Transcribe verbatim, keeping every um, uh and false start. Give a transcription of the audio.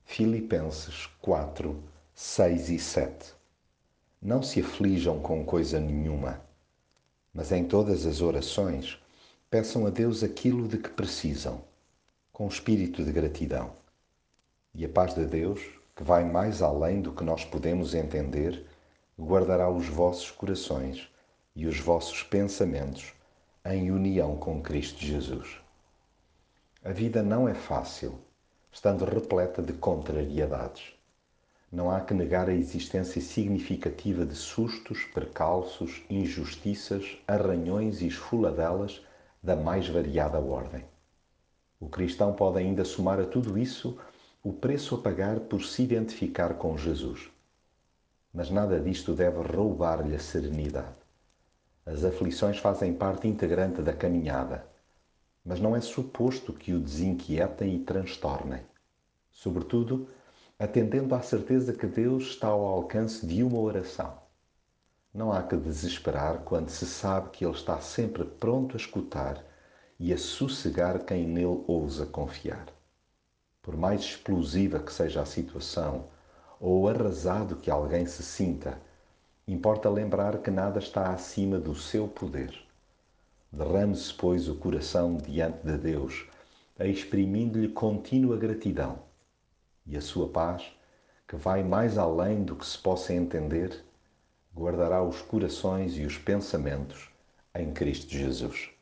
Filipenses quatro, seis e sete. Não se aflijam com coisa nenhuma, mas em todas as orações peçam a Deus aquilo de que precisam, com espírito de gratidão. E a paz de Deus, que vai mais além do que nós podemos entender, guardará os vossos corações e os vossos pensamentos em união com Cristo Jesus. A vida não é fácil, estando repleta de contrariedades. Não há que negar a existência significativa de sustos, percalços, injustiças, arranhões e esfoladelas da mais variada ordem. O cristão pode ainda somar a tudo isso o preço a pagar por se identificar com Jesus. Mas nada disto deve roubar-lhe a serenidade. As aflições fazem parte integrante da caminhada, mas não é suposto que o desinquietem e transtornem. Sobretudo, atendendo à certeza que Deus está ao alcance de uma oração. Não há que desesperar quando se sabe que Ele está sempre pronto a escutar e a sossegar quem nele ousa confiar. Por mais explosiva que seja a situação, ou arrasado que alguém se sinta, importa lembrar que nada está acima do seu poder. Derrame-se, pois, o coração diante de Deus, exprimindo-lhe contínua gratidão. E a sua paz, que vai mais além do que se possa entender, guardará os corações e os pensamentos em Cristo Jesus.